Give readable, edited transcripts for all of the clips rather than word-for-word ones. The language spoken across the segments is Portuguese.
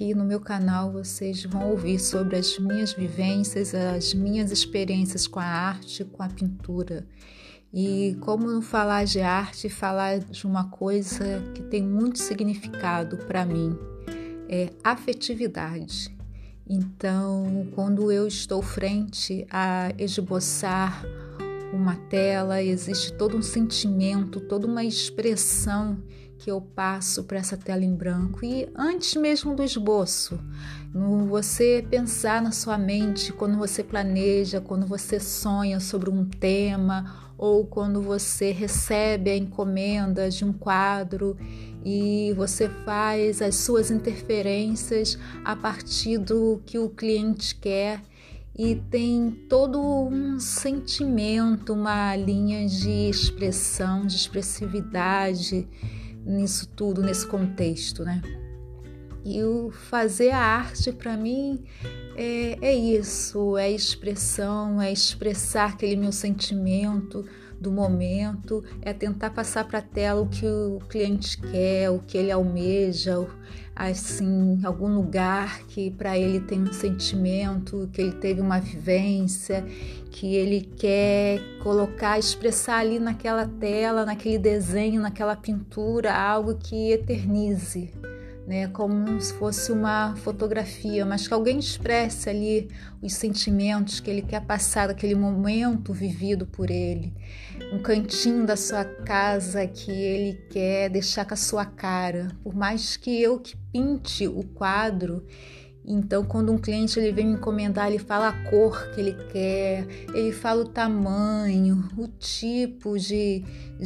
aqui no meu canal vocês vão ouvir sobre as minhas vivências, as minhas experiências com a arte, com a pintura. E como não falar de arte, falar de uma coisa que tem muito significado para mim, é afetividade. Então, quando eu estou frente a esboçar uma tela, existe todo um sentimento, toda uma expressão que eu passo para essa tela em branco. E antes mesmo do esboço, você pensar na sua mente, quando você planeja, quando você sonha sobre um tema, ou quando você recebe a encomenda de um quadro e você faz as suas interferências a partir do que o cliente quer, e tem todo um sentimento, uma linha de expressão, de expressividade nisso tudo, nesse contexto, né? E o fazer a arte para mim é isso, é expressão, é expressar aquele meu sentimento do momento, é tentar passar para a tela o que o cliente quer, o que ele almeja, assim, algum lugar que para ele tem um sentimento, que ele teve uma vivência, que ele quer colocar, expressar ali naquela tela, naquele desenho, naquela pintura, algo que eternize, né? Como se fosse uma fotografia, mas que alguém expresse ali os sentimentos que ele quer passar daquele momento vivido por ele. Um cantinho da sua casa que ele quer deixar com a sua cara, por mais que eu que pinte o quadro. Então, quando um cliente ele vem me encomendar, ele fala a cor que ele quer, ele fala o tamanho, o tipo de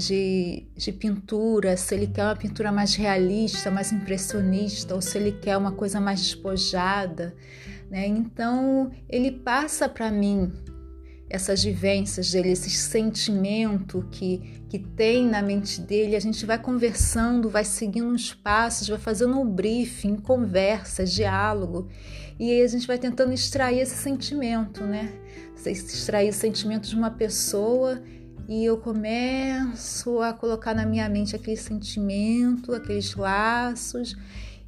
pintura, se ele quer uma pintura mais realista, mais impressionista, ou se ele quer uma coisa mais despojada, né? Então, ele passa para mim essas vivências dele, esse sentimento que tem na mente dele. A gente vai conversando, vai seguindo uns passos, vai fazendo um briefing, conversa, diálogo, e aí a gente vai tentando extrair esse sentimento, né? Extrair o sentimento de uma pessoa, e eu começo a colocar na minha mente aquele sentimento, aqueles laços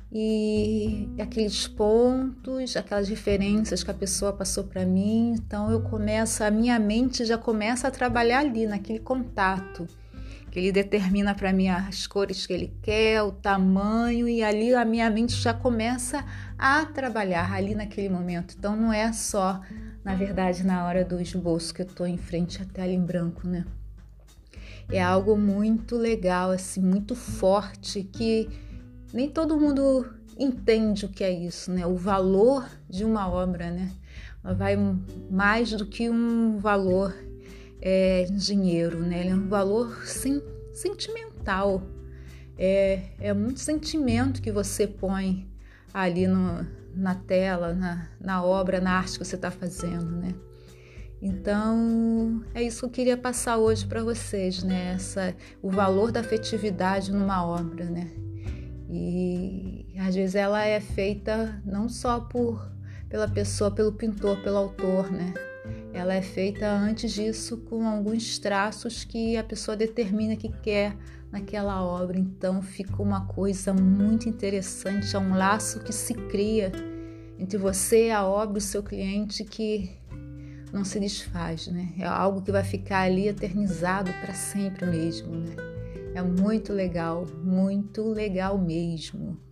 e aqueles pontos, aquelas referências que a pessoa passou para mim. Então a minha mente já começa a trabalhar ali naquele contato, que ele determina para mim as cores que ele quer, o tamanho, e ali a minha mente já começa a trabalhar ali naquele momento. Então não é só, na verdade, na hora do esboço que eu estou em frente à tela em branco, né? É algo muito legal, assim, muito forte, que nem todo mundo entende o que é isso, né? O valor de uma obra, né? Vai mais do que um valor dinheiro, né? Ele é um valor sentimental. É muito sentimento que você põe ali na tela, na obra, na arte que você está fazendo, né? Então, é isso que eu queria passar hoje para vocês, né? O valor da afetividade numa obra, né? E às vezes ela é feita não só pela pessoa, pelo pintor, pelo autor, né? Ela é feita antes disso com alguns traços que a pessoa determina que quer naquela obra. Então fica uma coisa muito interessante, é um laço que se cria entre você, a obra e o seu cliente, que não se desfaz, né? É algo que vai ficar ali eternizado para sempre mesmo, né? É muito legal mesmo.